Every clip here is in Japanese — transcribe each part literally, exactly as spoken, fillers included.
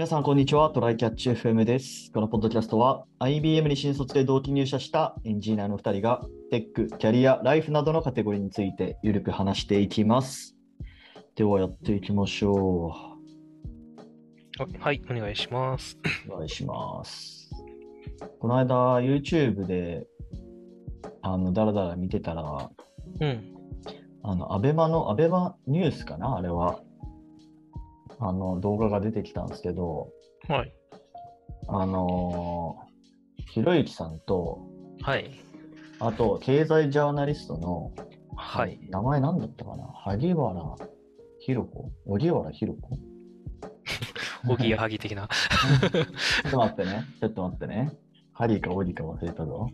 皆さん、こんにちは。トライキャッチ エフエム です。このポッドキャストは アイビーエム に新卒で同期入社したエンジニアのふたりがテック、キャリア、ライフなどのカテゴリーについてゆるく話していきます。ではやっていきましょあはい、お願いします。 う。お願いします。この間 YouTube であのだらだら見てたら、 うん。 あのアベマのアベマニュースかなあれはあの動画が出てきたんですけど、 はい。 あのひろゆきさんと、 はい。 あと経済ジャーナリストのはい。 名前なんだったかな萩原ひろ子荻原ひろ子おぎやはぎ的な。 ちょっと待ってね。ちょっと待ってね。ハリーかオリか忘れたぞ。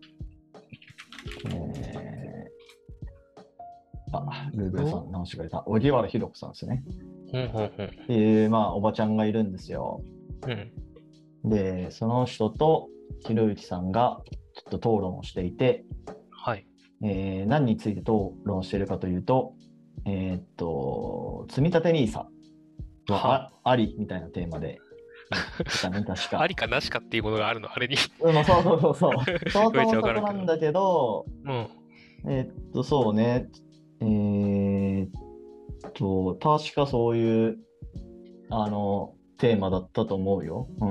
えー、あ、ルーブルさん直してくれた。荻原ひろ子さんですね。 うん、うん、 っていう、まあ、おばちゃんがいるんですよ。 うん。うん。 で、その人とひろゆきさんがちょっと討論をしていて、 はい。 えー何について討論しているかというと、えーっと、積み立て ニーサ ははあありみたいなテーマで言ってたね、確か。 ありかなしかっていうものがあるの、あれに。 うん、まあそうそうそうそう。そもそめっちゃもそこわからんけど。 なんだけど、 うん。 えーっと、そうね。えーっと、確かそういう、あの、テーマだったと思うよ。うん。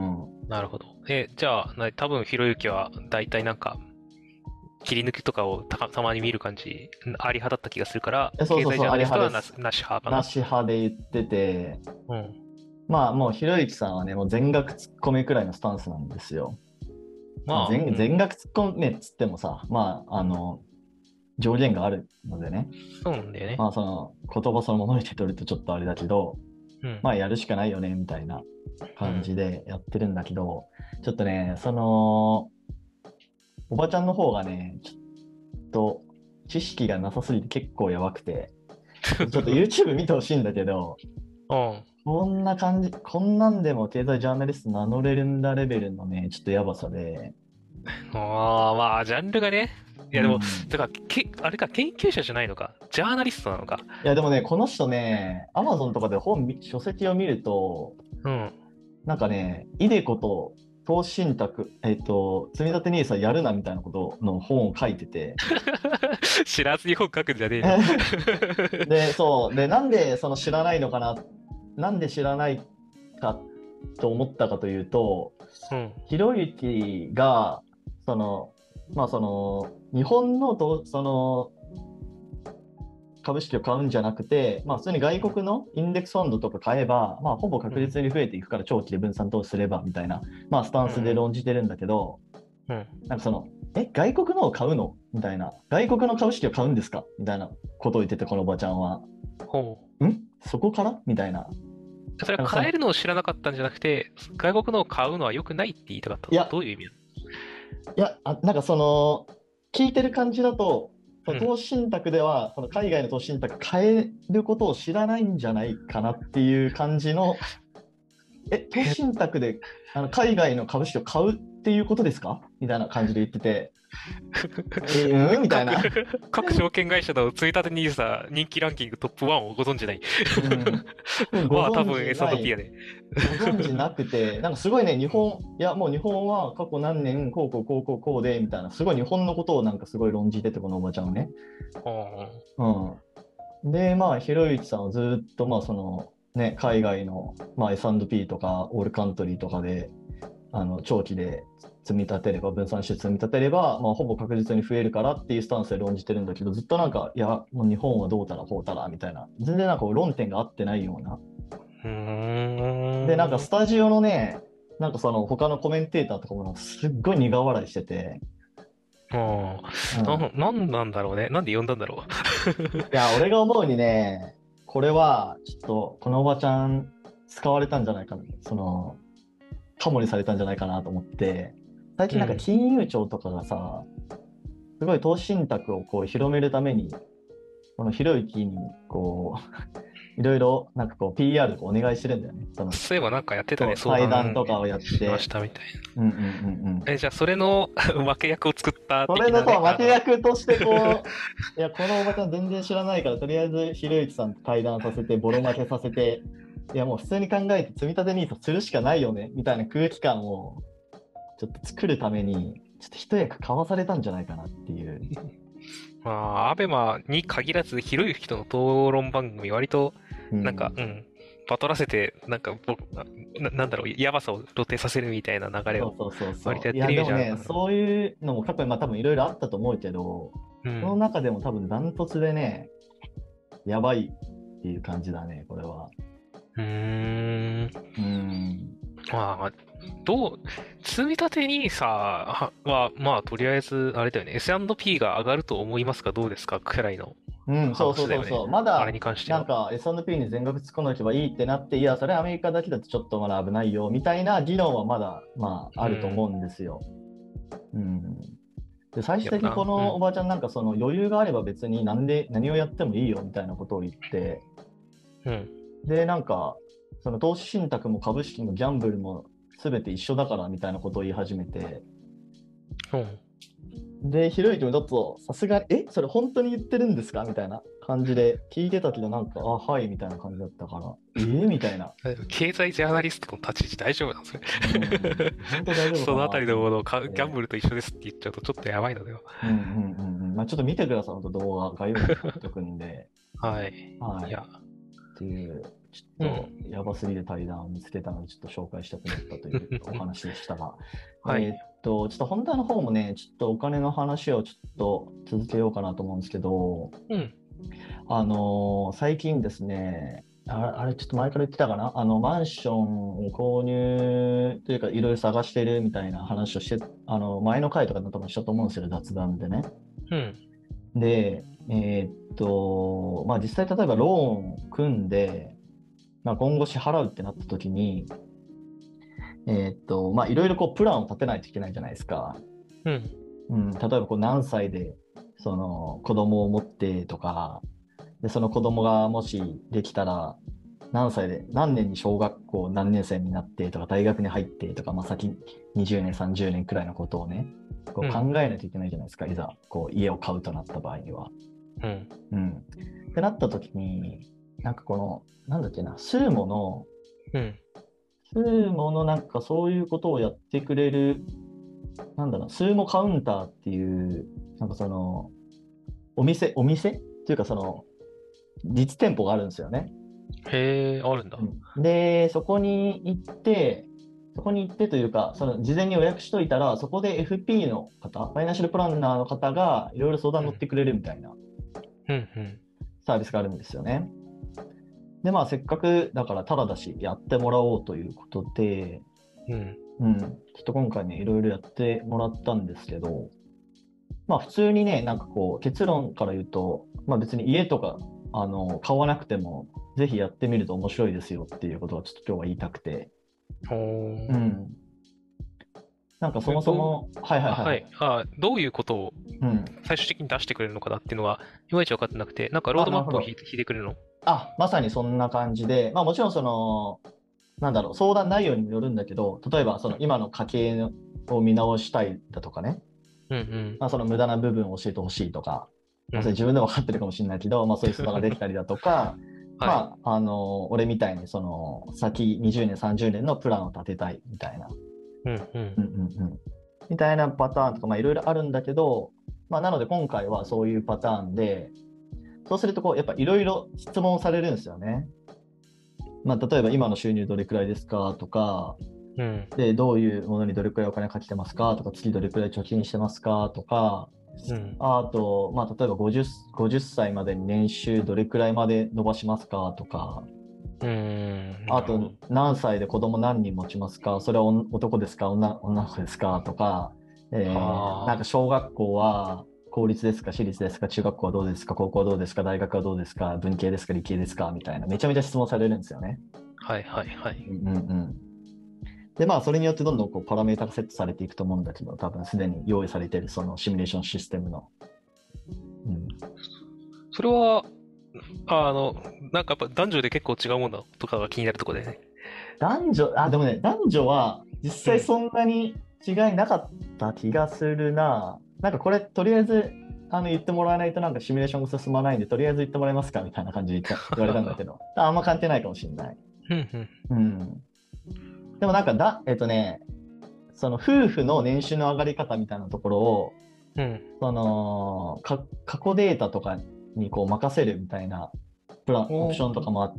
なるほど。え、じゃあ、な多分ひろゆきは大体なんか、切り抜きとかをた、たまに見る感じ、あり派だった気がするから、 えそうそうそう、 経済ジャーナあれリストはなし、 派です。 なし派かな。 なし派で言ってて、 うん。 まあもうひろゆきさんはね、もう全額突っ込みくらいのスタンスなんですよ。まあ、 まあ、 全うん。 全額突っ込めっつってもさ、まあ、あの、上限があるのでね、 そうなんだよね。 まあその言葉そのものに取るとちょっとあれだけど、 うん。 まあやるしかないよねみたいな感じうん。 でやってるんだけど、ちょっとね、その、おばちゃんの方がね、ちょっと知識がなさすぎて結構やばくて、ちょっと YouTube 見てほしいんだけど、 うん。 こんな感じ、こんなんでも経済ジャーナリスト名乗れるんだレベルのね、ちょっとやばさで、 ああ、まあ、ジャンルがね。いや、でも、 うん。 だから、け、あれか、研究者じゃないのか。ジャーナリストなのか。 いやでもね、この人ね、Amazon とかで本み、書籍を見ると、 うん。 なんかね、イデコと投資信託、えっと、積立 ニーサ やるなみたいなことの本を書いてて、 知らずに本書くんじゃねえよ。 で、そう、で、なんでその知らないのかな、なんで知らないかと思ったかというと、 うん。 ひろゆきが、その、まあその、日本のと、その、株式を買うんじゃなくて、まあ普通に外国のインデックスファンドとか買えば、まあほぼ確うん。 実に増えていくから長期で分散投資すればみたいな、まあスタンスでうん。 論じてるんだけど、 うん。 なんかその、え、外国のを買うのみたいな。外国の株式を買うんですかみたいなことを言ってて、このおばちゃんは。 ほんそこからみたいな。 う。それはなんかその、 買えるのを知らなかったんじゃなくて、外国のを買うのは良くないって言いたかったの。 いや、 どういう意味ないや、あ、なんかその、聞いてる感じだと、その？うん。 の投資信託では、その海外の投資信託買えることを知らないんじゃないかなっていう感じの、え、投資え、 信託であの海外の株式を買うっていうことですかみたいな感じで言ってて、えー、うんみたい各、 な。 各証券会社の積立 ニーサ 人気ランキングトップワンをご存知ない。 うん、多分ごまあ、多存分知なエスアンドピーい、 やね。 ご存知なくて、なんかすごいね、日本、いや、もう日本は過去何年、こうこうこうこうこうで、みたいな、すごい日本のことをなんかすごい論じてて、このおばちゃんはね。 ううん。で、まあ、ひろゆきさんはずっと、まあ、その、ね、海外の、まあ、エスアンドピー とか、オールカントリーとかで、あの、長期で積み立てれば、分散して積み立てれば、まあ、ほぼ確実に増えるからっていうスタンスで論じてるんだけど、ずっとなんか、いや、もう日本はどうたらこうたら、みたいな、全然なんか論点が合ってないような。で、なんかん。うーん。 スタジオのね、なんかその他のコメンテーターとかもなんかすっごい苦笑いしてて、 ああ、 うん。 な、なんなんだろうね。なんで呼んだんだろいや、俺が思うにね、これは、ちょっと、このおばちゃん、使われたんじゃないかな、その、カモにされたんじゃないかなと思って、最う。う近なんかん。 金融庁とかがさ、すごい投資信託をこう広めるために、このひろゆきに、こう、いろいろなんかこう ピーアール とかお願いしてるんだよね。その、 そういえばなんかやってたね、 そう相対談談とかをやっしまして、 たみたいうんうんうんうん。 な。え、じゃあそれの分け役を作ったそれのさ、 的なね、あ負けの、 役としてこう、いや、このおばちゃん全然知らないから、とりあえずひろゆきさんと対談させて、ボロ負けさせて、 いやもう普通に考えて積み立てニートするしかないよねみたいな空気感をちょっと作るために、ちょっと一役買わされたんじゃないかなっていう。 まあ、アベマに限らず、ひろゆきとの討論番組、割と、なんか、 うん、 うん、バトらせて、なんか僕、な、なんだろう、やばさを露呈させるみたいな流れを、 そうそうそうそう。い割とやってるイメーやでもね、 ジあるかな。 そういうのも過去にまあ多分いろいろあったと思うけど、そのうん。 中でも多分ダントツでね、やばいっていう感じだね、これは。 うーん。 うん。 まあ、どう、積み立てニーサは、はまあ、とりあえず、あれだよね、エスアンドピー が上がると思いますかどうですかくらいのうん、そうそう話だよね。 そうそう。まあれだ、 に関しては。 なんか エスアンドピー に全額突っ込んでおけばいいってなって、いや、それアメリカだけだとちょっとまだ危ないよ、みたいな議論はまだ、まあ、あると思うんですよ。うん。で、最終的にこでもな、うん。 のおばあちゃんなんかその余裕があれば別に何で、何をやってもいいよ、みたいなことを言って、 うん。 で、なんか、その投資信託も株式もギャンブルも全て一緒だからみたいなことを言い始めて、 うん。 で、ひろゆきもちょっとさすがに、え、それ本当に言ってるんですかみたいな感じで聞いてたけど、なんか、あ、はい、みたいな感じだったから、えー、みたいな。 経済ジャーナリストの立ち位置大丈夫なんですうん、 ね。 本当大丈夫かそのあたりのなと思っものをかギャンブて。 ルと一緒ですって言っちゃうとちょっとやばいのでは。 うんうんうんうん。まあ、ちょっと見てください、本当動画、概要欄に貼っとくんで。 はい。 はい。 いや、 っていう、ちうょっん。 とやばすぎる対談を見つけたので、ちょっと紹介したくなったというお話でしたが、えはい。 ーっと、ちょっと本題の方もね、ちょっとお金の話をちょっと続けようかなと思うんですけど、 うん。 あのー最近ですね、ああれ、ちょっと前から言ってたかな、あの、マンションを購入というか、いろいろ探してるみたいな話をして、あの、前の回とかで多分したと思うんですよ、雑談でね。 うん。 で、えーっと、まあ実際例えばローンを組んで、まあ、今後支払うってなった時に、えーっと、まあいろいろこうプランを立てないといけないじゃないですか。 うん。 うん、例えばこう何歳でその子供を持ってとか、で、その子供がもしできたら、何歳で、何年に小学校何年生になってとか、大学に入ってとか、まあ、先にじゅうねん、さんじゅうねんくらいのことをね、こう考うん。 えないといけないじゃないですか、いざこう家を買うとなった場合には。 うん。 うん。ってなった時に、なんかこの、なんだっけな、スーモの、 うん。 スーモのなんかそういうことをやってくれる、なんだろう、スーモカウンターっていう、なんかその、お店、お店っていうかその、実店舗があるんですよね。 へえ、あるんだ。 うん、で、そこに行って、そこに行ってというか、その事前に予約しといたら、そこで エフピー の方、ファイナンシャルプランナーの方がいろいろ相談うん。 乗ってくれるみたいなうん。うん。 サービスがあるんですよね。で、まあ、せっかくだからタダだし、やってもらおうということで、 うん。 うん、ちょっと今回ね、いろいろやってもらったんですけど、まあ、普通にね、なんかこう、結論から言うと、まあ別に家とか、あの、買わなくても、ぜひやってみると面白いですよっていうことをちょっと今日は言いたくて、 ほー。 うん。なんかそえどう、 もそも、はいはいあ、はい。 はいはい。 あ、どういうことをうん。 最終的に出してくれるのかなっていうのは、いまいち分かってなくて、なんかローあ、 ドマップを引いなるほど。 て引いてくれるの？ あ、まさにそんな感じで、まあもちろんその、なんだろう、相談内容にもよるんだけど、例えばその今の家計を見直したいだとかね、 うんうん。 まあその無駄な部分を教えてほしいとか、まあそれうん。 自分でも分かってるかもしれないけど、まあそういう相談ができたりだとか、 はい。 まあ、あの、俺みたいにその先にじゅうねん、さんじゅうねんのプランを立てたいみたいな、 うんうん。 うんうんうん。みたいなパターンとか、まあいろいろあるんだけど、まあなので今回はそういうパターンで、そうするとこう、やっぱいろいろ質問されるんですよね。まあ例えば今の収入どれくらいですかとか、 うん。 で、どういうものにどれくらいお金かけてますかとか、月どれくらい貯金してますかとか、 うん。 あと、まあ例えばごじゅう、ごじゅっさいまでに年収どれくらいまで伸ばしますかとか、 うーん。 あと、 なるほど。 何歳で子供何人持ちますかそれは男ですか女、女の子ですかとか、えー、なんかはあ。 小学校は公立ですか私立ですか中学校はどうですか高校はどうですか大学はどうですか文系ですか理系ですかみたいな、めちゃめちゃ質問されるんですよね。 はいはいはい。 うんうんうん。で、まあ、それによってどんどんこうパラメータがセットされていくと思うんだけど、多分すでに用意されているそのシミュレーションシステムの。うん、 それは、あの、なんかやっぱ男女で結構違うもんだとかが気になるところでね。 男女、あ、でもね、男女は実うん。 際そんなに違いなかった気がするな。なんかこれ、とりあえずあの言ってもらわないとなんかシミュレーションが進まないんで、とりあえず言ってもらえますかみたいな感じで言った言われたんだけど、あんま関係ないかもしれない。 うんうん。でもなんかだ、えっとね、その夫婦の年収の上がり方みたいなところを、 うん。 そのか過去データとかにこう任せるみたいなプラン、オプおーションとかもあって、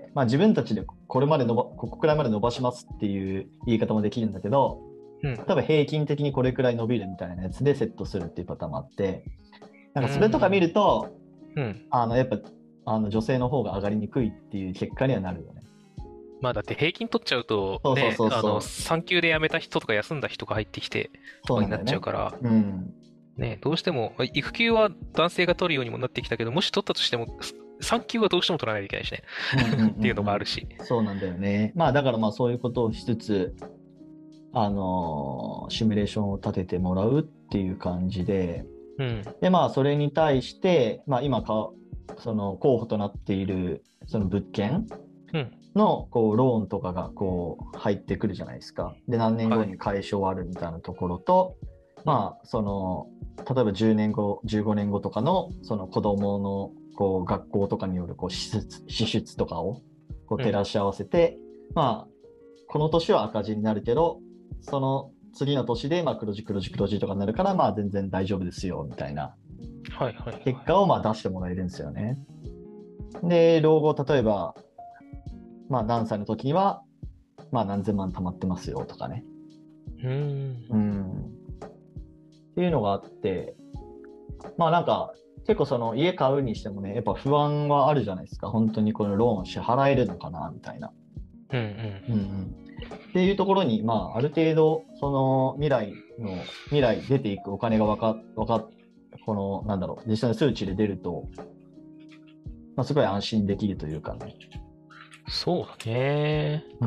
まあ、自分たちでこれまでのば、ここくらいまで伸ばしますっていう言い方もできるんだけど、 うん。 例えば平均的にこれくらい伸びるみたいなやつでセットするっていうパターンもあって、なんうかそれとか見ん。 ると、 うん。 あのやっぱあの女性の方が上がりにくいっていう結果にはなるよね。 まあだって平均取っちゃうとそうそうね、あの、 そうそう。 産休で辞めた人とか休んだ人が入ってきてとかになっそうなんだよね。 ちゃうから、 うん。 ね、どうしても、育休は男性が取るようにもなってきたけど、もし取ったとしても、産休はどうしても取らないといけないしね。 うんうんうんっていうのうん。 があるし。 そうなんだよね。まあだからまあそういうことをしつつ、あのーシミュレーションを立ててもらうっていう感じで、 うん。 でまあそれに対して、まあ今か、その候補となっているその物件うん。 のこうローンとかがこう入ってくるじゃないですか。で、何年後はい。 に解消あるみたいなところと、 うん。 まあ、その、例えばじゅうねんご、じゅうごねんごとかのその子供のこう学校とかによるこう支出支出とかをこううん。 照らし合わせて、まあ、この年は赤字になるけど、その次の年でまあ黒字黒字黒字とかになるから、まあ全然大丈夫ですよみたいなはいはいはい。 結果をまあ出してもらえるんですよね。で、老後、例えば、まあ何歳の時には、まあ何千万貯まってますよとかね。 うーん。 うん。っていうのがあって、まあなんか結構その家買うにしてもね、やっぱ不安はあるじゃないですか。本当にこのローン支払えるのかなみたいな。 うんうん。 うんうん。っていうところに、まあある程度、その未来の、未来出ていくお金がわか、わか、この、なんだろう、実際の数値で出ると、まあすごい安心できるというかね。 そうだね。 うん。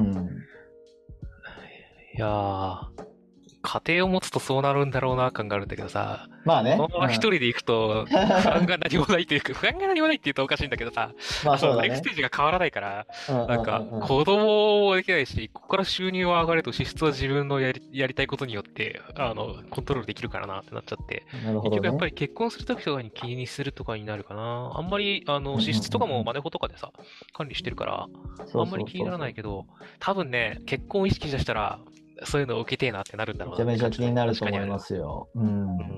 いやー、家庭を持つとそうなるんだろうな感があるんだけどさ、 まあね。 このまま一うん。 人で行くと不安が何もないというか、不安が何もないって言うとおかしいんだけどさ、 まああの、ライフスそうだね。 テージが変わらないから、 うんうんなんか、 うんうん。 子供もできないし、ここから収入は上がると支出は自分のやり、やりたいことによって、あの、コントロールできるからなってなっちゃって、 なるほ結どね。 局やっぱり結婚するときとかに気にするとかになるかな。あんまり、あの、 うんうんうん支出とかもうん。 マネホとかでさ、管理してるから、 そうそうあんまり気になそうそう。 らないけど、多分ね、結婚を意識しだしたら、そういうのを受けてえなってなるんだろうなっめちゃめちゃて感じはね、 気になると思いま確かにある。 すよ。うん。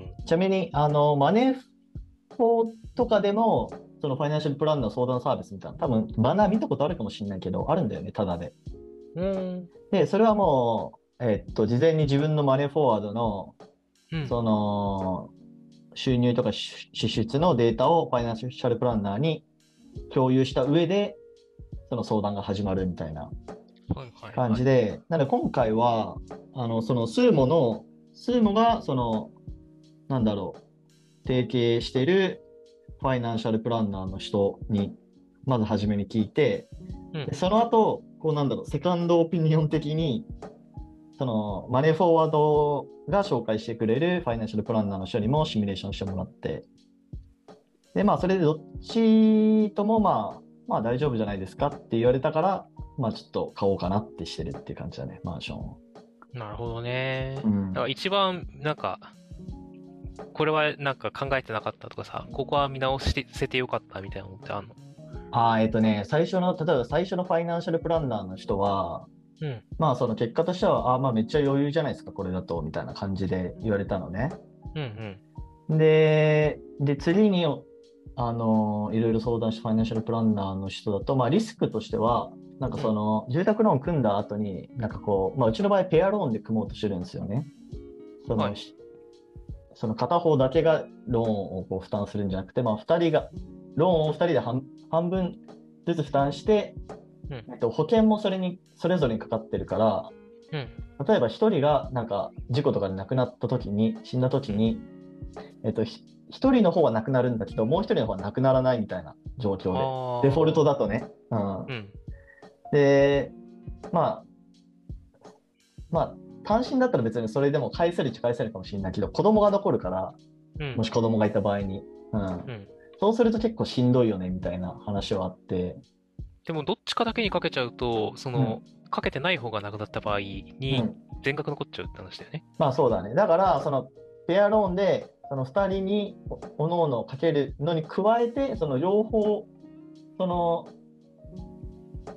うん。 ちなみに、あの、マネーフォーとかでも、そのファイナンシャルプランの相談サービスみたいな、多分バナー見たことあるかもしれないけど、あるんだよね、ただで。 うーん。 で、それはもう、えっと、事前に自分のマネーフォワードの、 うん。 その、収入とか支出のデータをファイナンシャルプランナーに共有した上で、その相談が始まるみたいなはいはいはい。 感じで、なので今回は、あの、そのスーモの、スーモが、その、なんだろう、提携しているファイナンシャルプランナーの人に、まず初めに聞いて、 うん。 でその後、こうなんだろう、セカンドオピニオン的に、そのマネーフォワードが紹介してくれるファイナンシャルプランナーの人にもシミュレーションしてもらって、で、まあ、それでどっちとも、まあ、まあ大丈夫じゃないですかって言われたから、まあちょっと買おうかなってしてるっていう感じだね、マンションを。 なるほどね。 うん。 だから一番、なんか、これはなんか考えてなかったとかさ、ここは見直して捨ててよかったみたいなのってあんの？ ああ、えっとね、最初の、例えば最初のファイナンシャルプランナーの人は、 うん。 まあその結果としては、ああ、まあめっちゃ余裕じゃないですか、これだと、みたいな感じで言われたのね。 うんうん。 で、で、次に、あの、いろいろ相談したファイナンシャルプランナーの人だと、まあリスクとしては、なんかうん。 その、住宅ローン組んだ後に、なんかこう、まあうちの場合ペアローンで組もうとしてるんですよね。その、 はい。 その片方だけがローンをこう負担するんじゃなくて、まあふたりが、ローンをふたりで半半分ずつ負担して、 うん。 えっと、保険もそれに、それぞれにかかってるから、 うん。 例えばひとりがなんか事故とかで亡くなった時に、死んだ時うん。 に、えっと、ひ一人の方は亡くなるんだけど、もう一人の方は亡くならないみたいな状況で。デフォルトああ。 だとね。うん、 うん。 で、まあ、まあ、単身だったら別にそれでも返せるっちゃ返せるかもしれないけど、子供が残るから、 うん。 もし子供がいた場合に。うん、 うん。 そうすると結構しんどいよねみたいな話はあって、 でもどっちかだけにかけちゃうと、その、 うん、 かけてない方がなくなった場合にうん。 全額残っちゃうって話だよね。 まあそうだね。だから、そのペアローンで、そのふたりにおのおのかけるのに加えて、その両方、その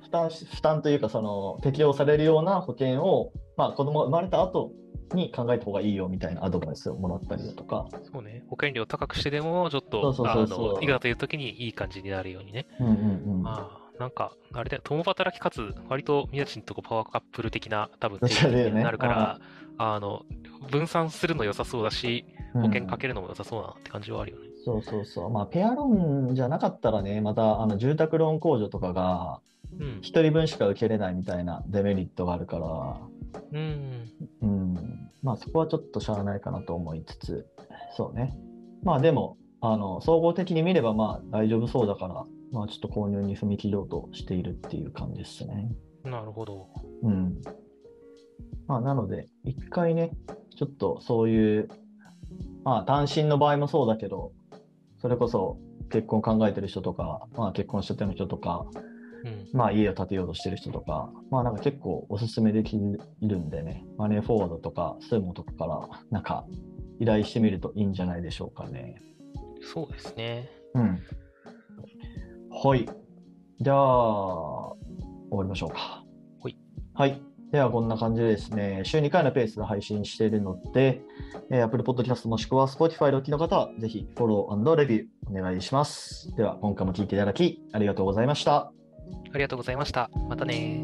負担し、負担というか、その適用されるような保険を、まあ、子供が生まれた後に考えた方がいいよみたいなアドバイスをもらったりだとか。 そうね。保険料高くしてでも、ちょっと、 そうそうそあの、 うそいざという時にいい感じになるようにね。 う。うんうんうん。 ああ、なんか、あれだよ、共働きかつ、割と宮地のとこパワーカップル的な、多分定義それよね。 になるから、あの、分散するの良さそうだし、 うん保険かけるのも良さそうだなって感じはあるよね。 そうそうそう。まあ、ペアローンじゃなかったらね、また、あの、住宅ローン控除とかが、 うん。 一人分しか受けれないみたいなデメリットがあるから、 うん。 うん、まあ、そこはちょっとしゃあないかなと思いつつ、そうね。まあ、でも、あの、総合的に見れば、まあ、大丈夫そうだから、まあ、ちょっと購入に踏み切ろうとしているっていう感じですね。 なるほど。 うん。まあ、なので、一回ね、ちょっとそういう、まあ、単身の場合もそうだけど、それこそ結婚考えてる人とか、まあ、結婚してての人とか、 うん。 まあ、家を建てようとしてる人とか、まあ、なんか結構おすすめできるんでね、マネーフォワードとか、スーモとかから、なんか、依頼してみるといいんじゃないでしょうかね。 そうですね。 うん。はい。じゃあ、終わりましょうか。 ほい。 はい。では、こんな感じでですね、週にかいのペースで配信しているので、えー Apple Podcast もしくは Spotify でお聞きの方は、ぜひフォロー&レビューお願いします。では、今回も聞いていただき、ありがとうございました。 ありがとうございました。またね。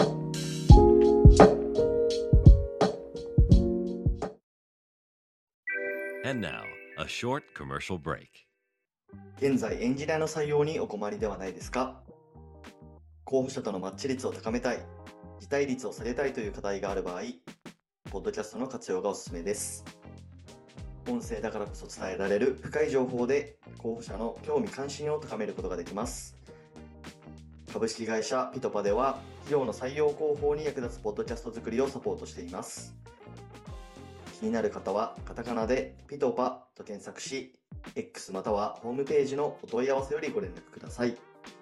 And now, a short commercial break. 現在、エンジニアの採用にお困りではないですか？候補者とのマッチ率を高めたい、辞退率を下げたいという課題がある場合、ポッドキャストの活用がおすすめです。音声だからこそ伝えられる深い情報で候補者の興味関心を高めることができます。株式会社ピトパでは企業の採用広報に役立つポッドキャスト作りをサポートしています。気になる方はカタカナでピトパと検索し、X またはホームページのお問い合わせよりご連絡ください。